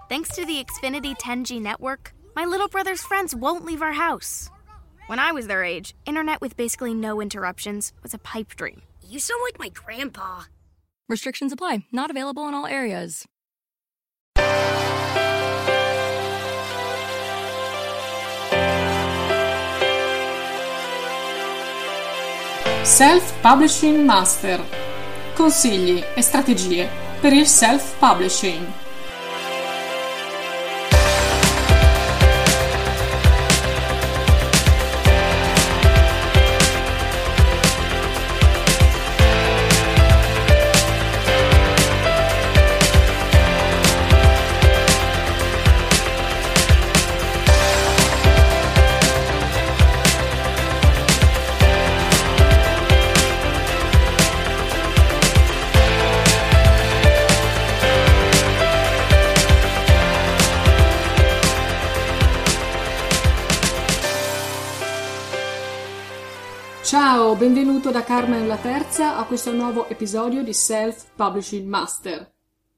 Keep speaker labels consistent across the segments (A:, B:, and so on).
A: Thanks to the Xfinity 10G network, my little brother's friends won't leave our house. When I was their age, internet with basically no interruptions was a pipe dream.
B: You sound like my grandpa.
C: Restrictions apply. Not available in all areas.
D: Self-Publishing Master. Consigli e strategie per il self-publishing. Ciao, benvenuto da Carmen la Terza a questo nuovo episodio di Self Publishing Master.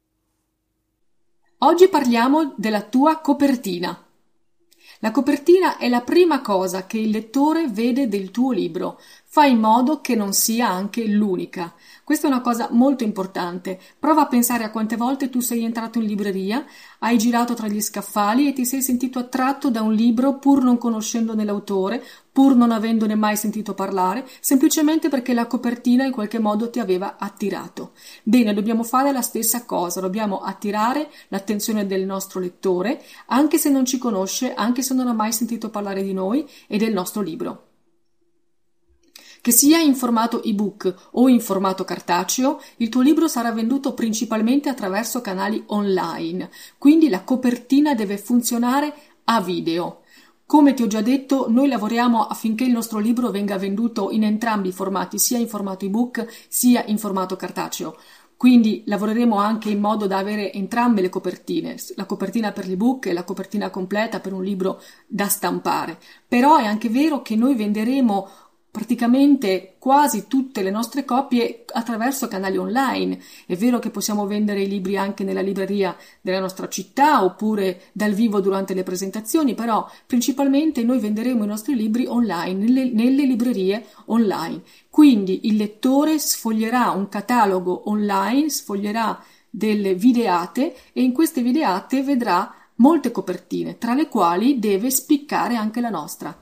D: Oggi parliamo della tua copertina. La copertina è la prima cosa che il lettore vede del tuo libro. Fai in modo che non sia anche l'unica. Questa è una cosa molto importante. Prova a pensare a quante volte tu sei entrato in libreria, hai girato tra gli scaffali e ti sei sentito attratto da un libro pur non conoscendone l'autore, pur non avendone mai sentito parlare, semplicemente perché la copertina in qualche modo ti aveva attirato. Bene, dobbiamo fare la stessa cosa, dobbiamo attirare l'attenzione del nostro lettore, anche se non ci conosce, anche se non ha mai sentito parlare di noi e del nostro libro. Che sia in formato ebook o in formato cartaceo, il tuo libro sarà venduto principalmente attraverso canali online, quindi la copertina deve funzionare a video. Come ti ho già detto, noi lavoriamo affinché il nostro libro venga venduto in entrambi i formati, sia in formato ebook sia in formato cartaceo. Quindi lavoreremo anche in modo da avere entrambe le copertine, la copertina per l'ebook e la copertina completa per un libro da stampare. Però è anche vero che noi venderemo praticamente quasi tutte le nostre copie attraverso canali online. È vero che possiamo vendere i libri anche nella libreria della nostra città oppure dal vivo durante le presentazioni, però principalmente noi venderemo i nostri libri online, nelle librerie online. Quindi il lettore sfoglierà un catalogo online, sfoglierà delle videate e in queste videate vedrà molte copertine, tra le quali deve spiccare anche la nostra.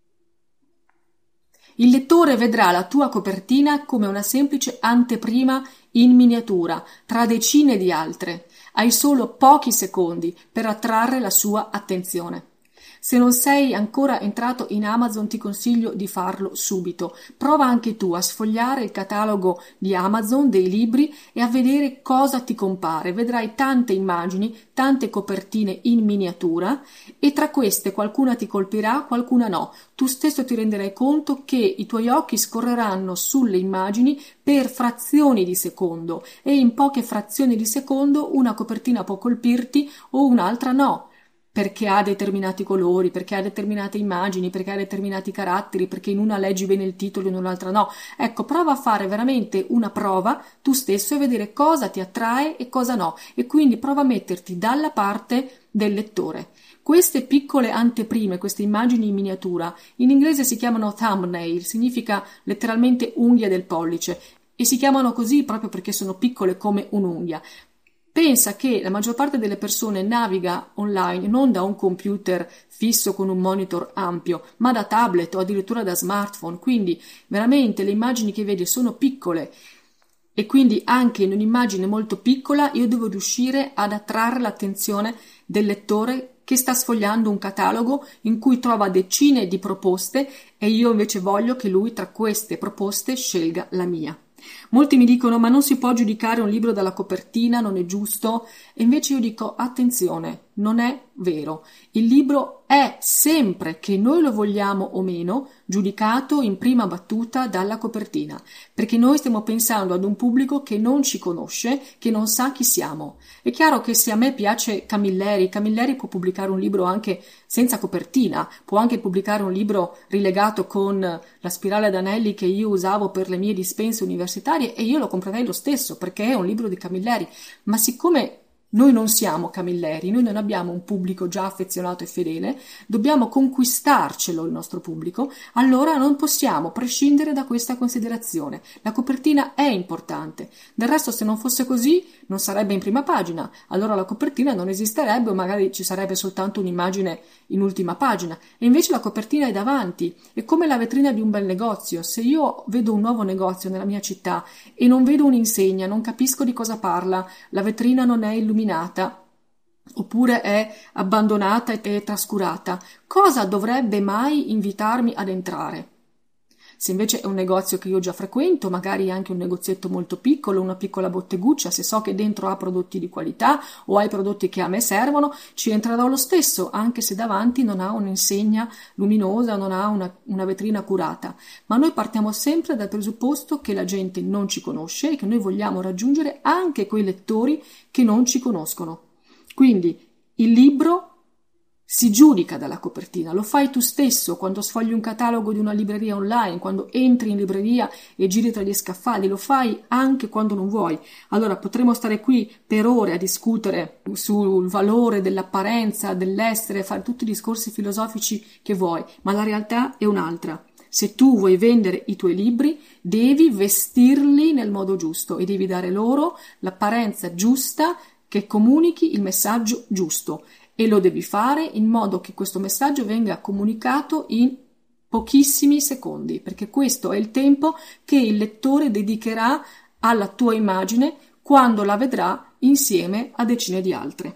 D: Il lettore vedrà la tua copertina come una semplice anteprima in miniatura, tra decine di altre. Hai solo pochi secondi per attrarre la sua attenzione. Se non sei ancora entrato in Amazon ti consiglio di farlo subito. Prova anche tu a sfogliare il catalogo di Amazon dei libri e a vedere cosa ti compare. Vedrai tante immagini, tante copertine in miniatura e tra queste qualcuna ti colpirà, qualcuna no. Tu stesso ti renderai conto che i tuoi occhi scorreranno sulle immagini per frazioni di secondo e in poche frazioni di secondo una copertina può colpirti o un'altra no. Perché ha determinati colori, perché ha determinate immagini, perché ha determinati caratteri, perché in una leggi bene il titolo e in un'altra no. Ecco, prova a fare veramente una prova tu stesso e vedere cosa ti attrae e cosa no, e quindi prova a metterti dalla parte del lettore. Queste piccole anteprime, queste immagini in miniatura, in inglese si chiamano thumbnail, significa letteralmente unghia del pollice, e si chiamano così proprio perché sono piccole come un'unghia. Pensa che la maggior parte delle persone naviga online non da un computer fisso con un monitor ampio, ma da tablet o addirittura da smartphone, quindi veramente le immagini che vedi sono piccole e quindi anche in un'immagine molto piccola io devo riuscire ad attrarre l'attenzione del lettore che sta sfogliando un catalogo in cui trova decine di proposte e io invece voglio che lui tra queste proposte scelga la mia. Molti mi dicono ma non si può giudicare un libro dalla copertina, non è giusto, e invece io dico attenzione, non è vero. Il libro è sempre, che noi lo vogliamo o meno, giudicato in prima battuta dalla copertina, perché noi stiamo pensando ad un pubblico che non ci conosce, che non sa chi siamo. È chiaro che se a me piace Camilleri può pubblicare un libro anche senza copertina, può anche pubblicare un libro rilegato con la spirale ad anelli che io usavo per le mie dispense universitarie e io lo comprerei lo stesso perché è un libro di Camilleri, ma siccome Noi non siamo Camilleri, noi non abbiamo un pubblico già affezionato e fedele, dobbiamo conquistarcelo il nostro pubblico, allora non possiamo prescindere da questa considerazione. La copertina è importante, del resto se non fosse così non sarebbe in prima pagina, allora la copertina non esisterebbe o magari ci sarebbe soltanto un'immagine in ultima pagina, e invece la copertina è davanti, è come la vetrina di un bel negozio. Se io vedo un nuovo negozio nella mia città e non vedo un'insegna, non capisco di cosa parla, la vetrina non è illuminata oppure è abbandonata e trascurata, cosa dovrebbe mai invitarmi ad entrare? Se invece è un negozio che io già frequento, magari anche un negozietto molto piccolo, una piccola botteguccia, se so che dentro ha prodotti di qualità o ha i prodotti che a me servono, ci entrerò lo stesso, anche se davanti non ha un'insegna luminosa, non ha una vetrina curata. Ma noi partiamo sempre dal presupposto che la gente non ci conosce e che noi vogliamo raggiungere anche quei lettori che non ci conoscono. Quindi il libro si giudica dalla copertina, lo fai tu stesso quando sfogli un catalogo di una libreria online, quando entri in libreria e giri tra gli scaffali, lo fai anche quando non vuoi. Allora potremo stare qui per ore a discutere sul valore dell'apparenza, dell'essere, fare tutti i discorsi filosofici che vuoi, ma la realtà è un'altra. Se tu vuoi vendere i tuoi libri, devi vestirli nel modo giusto e devi dare loro l'apparenza giusta che comunichi il messaggio giusto. E lo devi fare in modo che questo messaggio venga comunicato in pochissimi secondi, perché questo è il tempo che il lettore dedicherà alla tua immagine quando la vedrà insieme a decine di altre.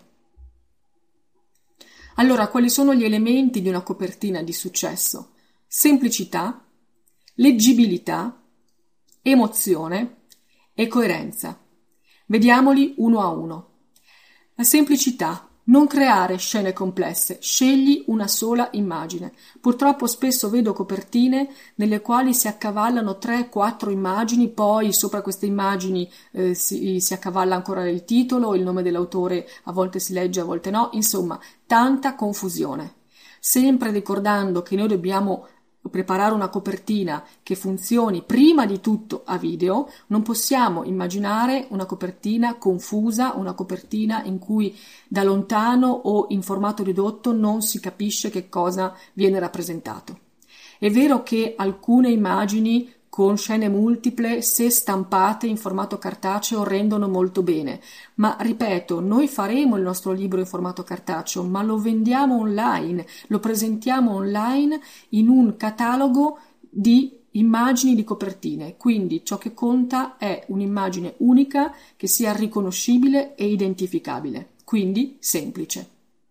D: Allora, quali sono gli elementi di una copertina di successo? Semplicità, leggibilità, emozione e coerenza. Vediamoli uno a uno. La semplicità. Non creare scene complesse, scegli una sola immagine. Purtroppo spesso vedo copertine nelle quali si accavallano 3-4 immagini, poi sopra queste immagini si accavalla ancora il titolo, il nome dell'autore a volte si legge, a volte no, insomma, tanta confusione. Sempre ricordando che noi dobbiamo preparare una copertina che funzioni prima di tutto a video, non possiamo immaginare una copertina confusa, una copertina in cui da lontano o in formato ridotto non si capisce che cosa viene rappresentato. È vero che alcune immagini con scene multiple, se stampate in formato cartaceo, rendono molto bene, ma ripeto, noi faremo il nostro libro in formato cartaceo, ma lo vendiamo online, lo presentiamo online in un catalogo di immagini di copertine, quindi ciò che conta è un'immagine unica che sia riconoscibile e identificabile, quindi semplice.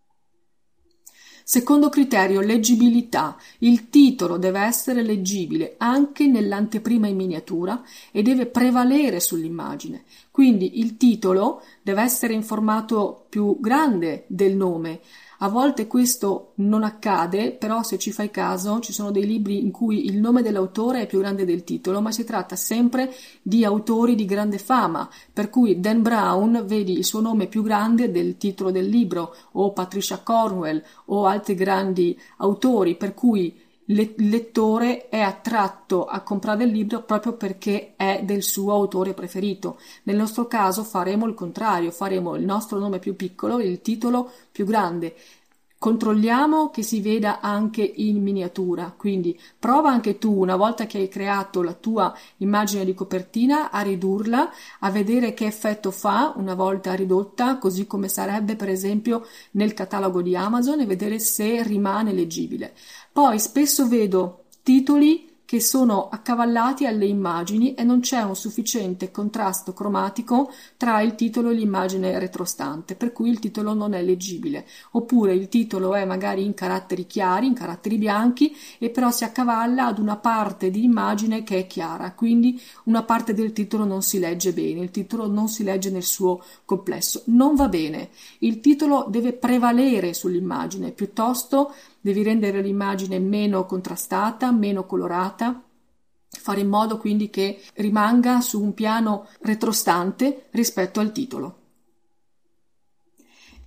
D: Secondo criterio, leggibilità. Il titolo deve essere leggibile anche nell'anteprima in miniatura e deve prevalere sull'immagine. Quindi il titolo deve essere in formato più grande del nome. A volte questo non accade, però se ci fai caso ci sono dei libri in cui il nome dell'autore è più grande del titolo, ma si tratta sempre di autori di grande fama, per cui Dan Brown, vedi il suo nome più grande del titolo del libro, o Patricia Cornwell o altri grandi autori, per cui il lettore è attratto a comprare il libro proprio perché è del suo autore preferito. Nel nostro caso faremo il contrario, faremo il nostro nome più piccolo e il titolo più grande. Controlliamo che si veda anche in miniatura, quindi prova anche tu, una volta che hai creato la tua immagine di copertina, a ridurla, a vedere che effetto fa una volta ridotta, così come sarebbe per esempio nel catalogo di Amazon, e vedere se rimane leggibile. Poi spesso vedo titoli che sono accavallati alle immagini e non c'è un sufficiente contrasto cromatico tra il titolo e l'immagine retrostante, per cui il titolo non è leggibile, oppure il titolo è magari in caratteri chiari, in caratteri bianchi, e però si accavalla ad una parte di immagine che è chiara, quindi una parte del titolo non si legge bene, il titolo non si legge nel suo complesso. Non va bene, il titolo deve prevalere sull'immagine, piuttosto devi rendere l'immagine meno contrastata, meno colorata, fare in modo quindi che rimanga su un piano retrostante rispetto al titolo.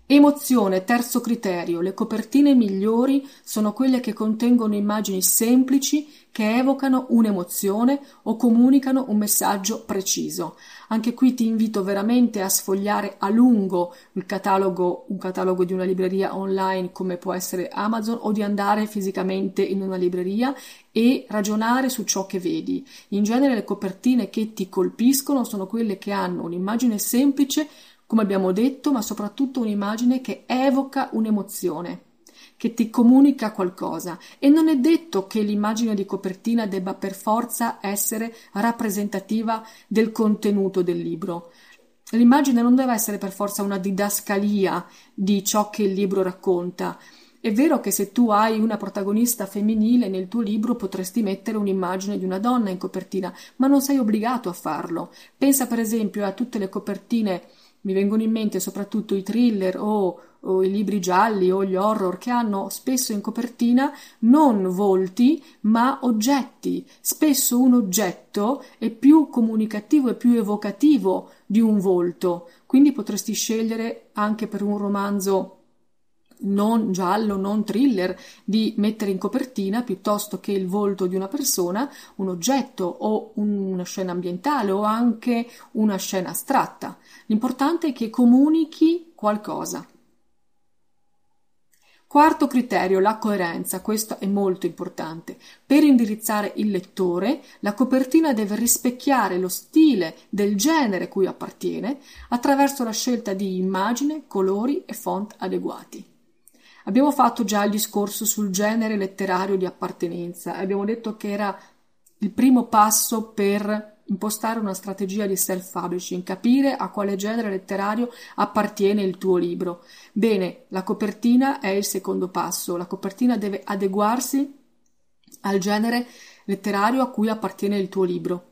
D: Emozione, terzo criterio. Le copertine migliori sono quelle che contengono immagini semplici che evocano un'emozione o comunicano un messaggio preciso. Anche qui ti invito veramente a sfogliare a lungo un catalogo di una libreria online come può essere Amazon, o di andare fisicamente in una libreria e ragionare su ciò che vedi. In genere le copertine che ti colpiscono sono quelle che hanno un'immagine semplice, come abbiamo detto, ma soprattutto un'immagine che evoca un'emozione, che ti comunica qualcosa. E non è detto che l'immagine di copertina debba per forza essere rappresentativa del contenuto del libro. L'immagine non deve essere per forza una didascalia di ciò che il libro racconta. È vero che se tu hai una protagonista femminile nel tuo libro potresti mettere un'immagine di una donna in copertina, ma non sei obbligato a farlo. Pensa per esempio a tutte le copertine, mi vengono in mente soprattutto i thriller o i libri gialli o gli horror, che hanno spesso in copertina non volti ma oggetti. Spesso un oggetto è più comunicativo e più evocativo di un volto, quindi potresti scegliere anche per un romanzo non giallo, non thriller, di mettere in copertina, piuttosto che il volto di una persona, un oggetto o una scena ambientale o anche una scena astratta. L'importante è che comunichi qualcosa. Quarto criterio, la coerenza. Questo è molto importante. Per indirizzare il lettore, la copertina deve rispecchiare lo stile del genere cui appartiene attraverso la scelta di immagine, colori e font adeguati. Abbiamo fatto già il discorso sul genere letterario di appartenenza. Abbiamo detto che era il primo passo per impostare una strategia di self-publishing, capire a quale genere letterario appartiene il tuo libro. Bene, la copertina è il secondo passo. La copertina deve adeguarsi al genere letterario a cui appartiene il tuo libro.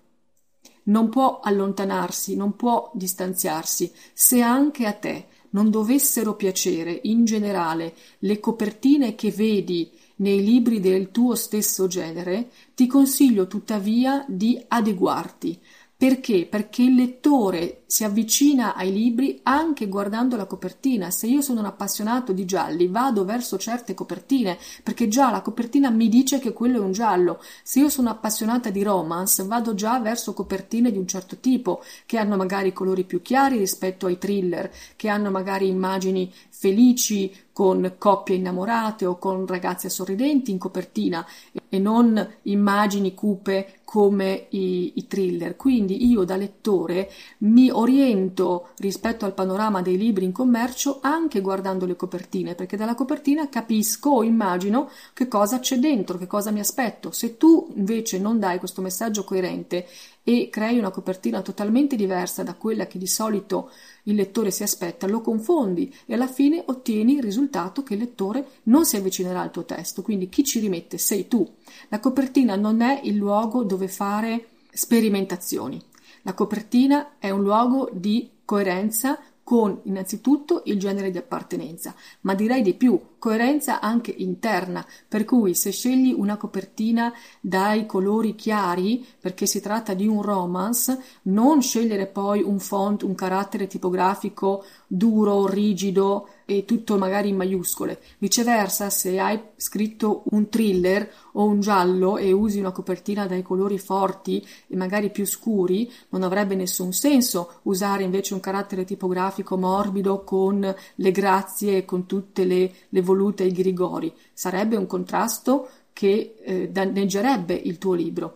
D: Non può allontanarsi, non può distanziarsi. Se anche a te non dovessero piacere in generale le copertine che vedi nei libri del tuo stesso genere, ti consiglio tuttavia di adeguarti. Perché? Perché il lettore si avvicina ai libri anche guardando la copertina. Se io sono un appassionato di gialli, vado verso certe copertine, perché già la copertina mi dice che quello è un giallo. Se io sono appassionata di romance, vado già verso copertine di un certo tipo, che hanno magari colori più chiari rispetto ai thriller, che hanno magari immagini felici con coppie innamorate o con ragazze sorridenti in copertina, e non immagini cupe come i thriller. Quindi io da lettore mi oriento rispetto al panorama dei libri in commercio anche guardando le copertine, perché dalla copertina capisco o immagino che cosa c'è dentro, che cosa mi aspetto. Se tu invece non dai questo messaggio coerente e crei una copertina totalmente diversa da quella che di solito il lettore si aspetta, lo confondi e alla fine ottieni il risultato che il lettore non si avvicinerà al tuo testo. Quindi chi ci rimette sei tu. La copertina non è il luogo dove fare sperimentazioni. La copertina è un luogo di coerenza con innanzitutto il genere di appartenenza, ma direi di più, coerenza anche interna, per cui se scegli una copertina dai colori chiari perché si tratta di un romance, non scegliere poi un font, un carattere tipografico duro, rigido e tutto magari in maiuscole. Viceversa, se hai scritto un thriller o un giallo e usi una copertina dai colori forti e magari più scuri, non avrebbe nessun senso usare invece un carattere tipografico morbido con le grazie e con tutte le volute e i grigori. Sarebbe un contrasto che danneggerebbe il tuo libro.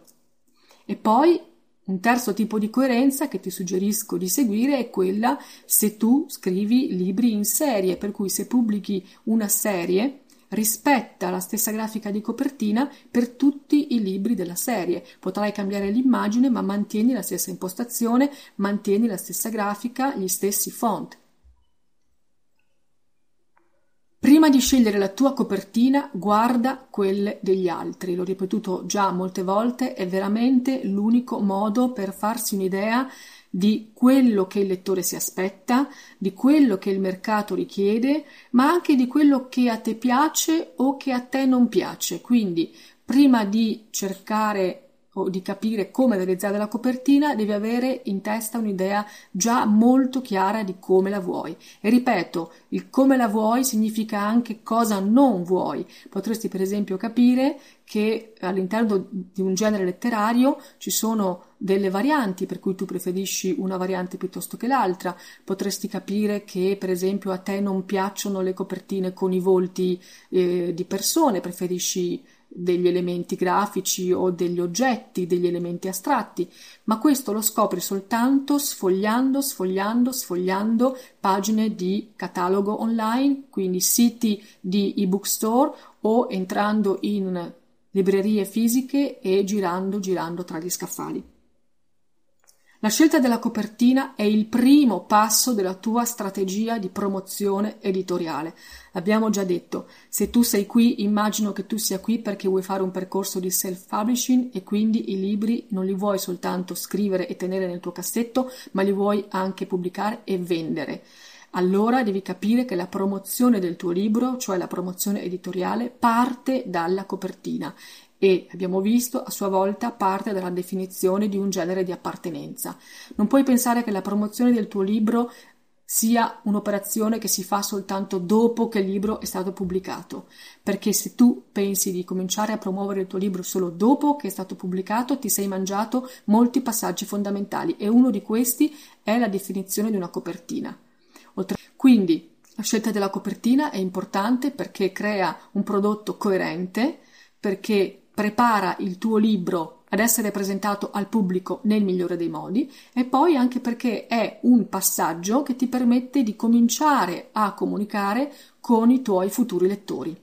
D: E poi un terzo tipo di coerenza che ti suggerisco di seguire è quella se tu scrivi libri in serie, per cui se pubblichi una serie rispetta la stessa grafica di copertina per tutti i libri della serie. Potrai cambiare l'immagine, ma mantieni la stessa impostazione, mantieni la stessa grafica, gli stessi font. Prima di scegliere la tua copertina, guarda quelle degli altri. L'ho ripetuto già molte volte, è veramente l'unico modo per farsi un'idea di quello che il lettore si aspetta, di quello che il mercato richiede, ma anche di quello che a te piace o che a te non piace. Quindi, prima di cercare o di capire come realizzare la copertina, devi avere in testa un'idea già molto chiara di come la vuoi. E ripeto, il come la vuoi significa anche cosa non vuoi. Potresti per esempio capire che all'interno di un genere letterario ci sono delle varianti, per cui tu preferisci una variante piuttosto che l'altra. Potresti capire che per esempio a te non piacciono le copertine con i volti di persone, preferisci degli elementi grafici o degli oggetti, degli elementi astratti, ma questo lo scopri soltanto sfogliando pagine di catalogo online, quindi siti di ebook store o entrando in librerie fisiche e girando tra gli scaffali. La scelta della copertina è il primo passo della tua strategia di promozione editoriale. Abbiamo già detto, se tu sei qui, immagino che tu sia qui perché vuoi fare un percorso di self-publishing e quindi i libri non li vuoi soltanto scrivere e tenere nel tuo cassetto, ma li vuoi anche pubblicare e vendere. Allora devi capire che la promozione del tuo libro, cioè la promozione editoriale, parte dalla copertina. E, abbiamo visto, a sua volta parte dalla definizione di un genere di appartenenza. Non puoi pensare che la promozione del tuo libro sia un'operazione che si fa soltanto dopo che il libro è stato pubblicato, perché se tu pensi di cominciare a promuovere il tuo libro solo dopo che è stato pubblicato, ti sei mangiato molti passaggi fondamentali e uno di questi è la definizione di una copertina. Quindi la scelta della copertina è importante perché crea un prodotto coerente, perché prepara il tuo libro ad essere presentato al pubblico nel migliore dei modi e poi anche perché è un passaggio che ti permette di cominciare a comunicare con i tuoi futuri lettori.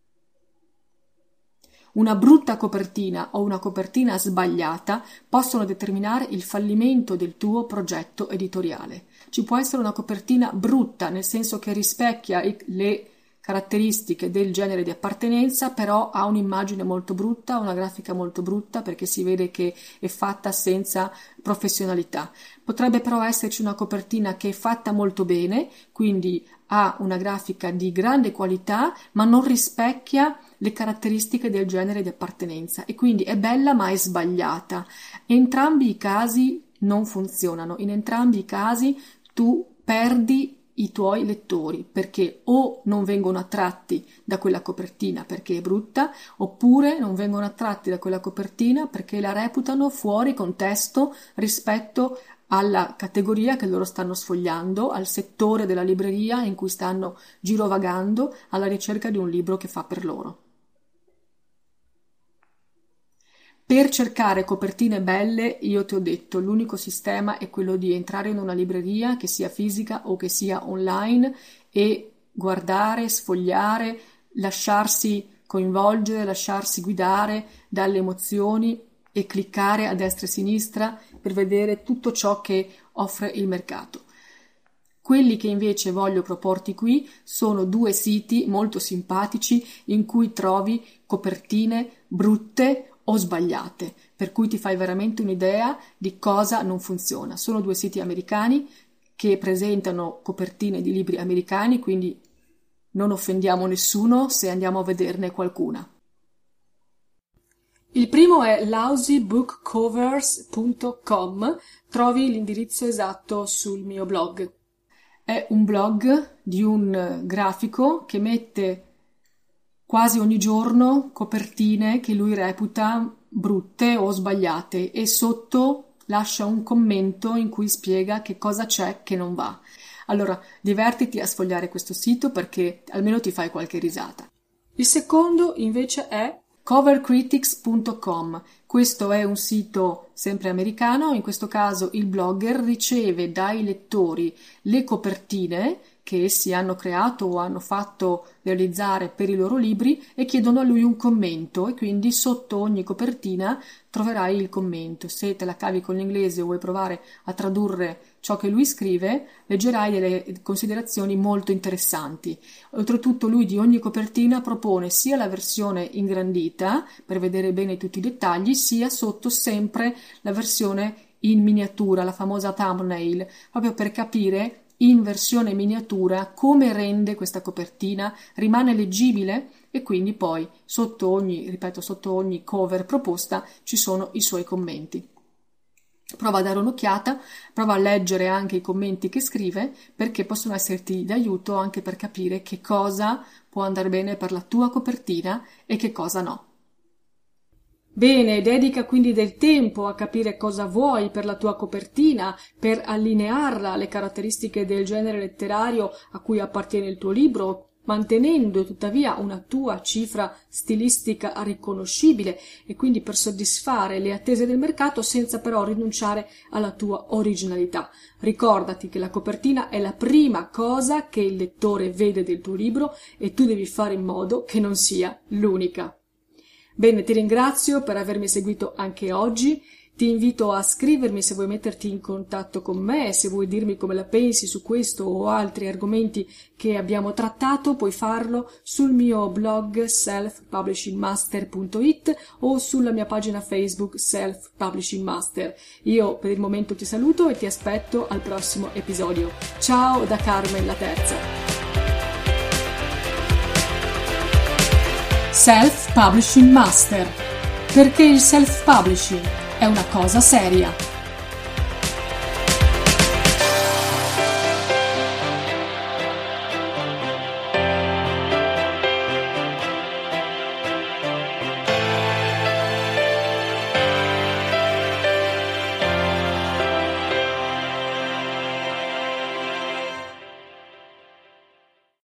D: Una brutta copertina o una copertina sbagliata possono determinare il fallimento del tuo progetto editoriale. Ci può essere una copertina brutta, nel senso che rispecchia le caratteristiche del genere di appartenenza, però ha un'immagine molto brutta, una grafica molto brutta perché si vede che è fatta senza professionalità. Potrebbe però esserci una copertina che è fatta molto bene, quindi ha una grafica di grande qualità, ma non rispecchia le caratteristiche del genere di appartenenza e quindi è bella ma è sbagliata. Entrambi i casi non funzionano, in entrambi i casi tu perdi i tuoi lettori perché o non vengono attratti da quella copertina perché è brutta, oppure non vengono attratti da quella copertina perché la reputano fuori contesto rispetto alla categoria che loro stanno sfogliando, al settore della libreria in cui stanno girovagando alla ricerca di un libro che fa per loro. Per cercare copertine belle, io ti ho detto, l'unico sistema è quello di entrare in una libreria, che sia fisica o che sia online, e guardare, sfogliare, lasciarsi coinvolgere, lasciarsi guidare dalle emozioni e cliccare a destra e a sinistra per vedere tutto ciò che offre il mercato. Quelli che invece voglio proporti qui sono due siti molto simpatici in cui trovi copertine brutte o sbagliate, per cui ti fai veramente un'idea di cosa non funziona. Sono due siti americani che presentano copertine di libri americani, quindi non offendiamo nessuno se andiamo a vederne qualcuna. Il primo è lousybookcovers.com, trovi l'indirizzo esatto sul mio blog. È un blog di un grafico che mette quasi ogni giorno copertine che lui reputa brutte o sbagliate e sotto lascia un commento in cui spiega che cosa c'è che non va. Allora, divertiti a sfogliare questo sito perché almeno ti fai qualche risata. Il secondo invece è covercritics.com. Questo è un sito sempre americano, in questo caso il blogger riceve dai lettori le copertine che essi hanno creato o hanno fatto realizzare per i loro libri e chiedono a lui un commento e quindi sotto ogni copertina troverai il commento. Se te la cavi con l'inglese o vuoi provare a tradurre ciò che lui scrive, leggerai delle considerazioni molto interessanti. Oltretutto lui di ogni copertina propone sia la versione ingrandita per vedere bene tutti i dettagli, sia sotto sempre la versione in miniatura, la famosa thumbnail, proprio per capire in versione miniatura come rende questa copertina, rimane leggibile e quindi poi sotto ogni cover proposta ci sono i suoi commenti. Prova a dare un'occhiata, prova a leggere anche i commenti che scrive, perché possono esserti d'aiuto anche per capire che cosa può andare bene per la tua copertina e che cosa no. Bene, dedica quindi del tempo a capire cosa vuoi per la tua copertina, per allinearla alle caratteristiche del genere letterario a cui appartiene il tuo libro, mantenendo tuttavia una tua cifra stilistica riconoscibile e quindi per soddisfare le attese del mercato senza però rinunciare alla tua originalità. Ricordati che la copertina è la prima cosa che il lettore vede del tuo libro e tu devi fare in modo che non sia l'unica. Bene, ti ringrazio per avermi seguito anche oggi. Ti invito a scrivermi se vuoi metterti in contatto con me, se vuoi dirmi come la pensi su questo o altri argomenti che abbiamo trattato, puoi farlo sul mio blog selfpublishingmaster.it o sulla mia pagina Facebook Self Publishing Master. Io per il momento ti saluto e ti aspetto al prossimo episodio. Ciao da Carmen la Terza. Self Publishing Master, perché il self-publishing è una cosa seria.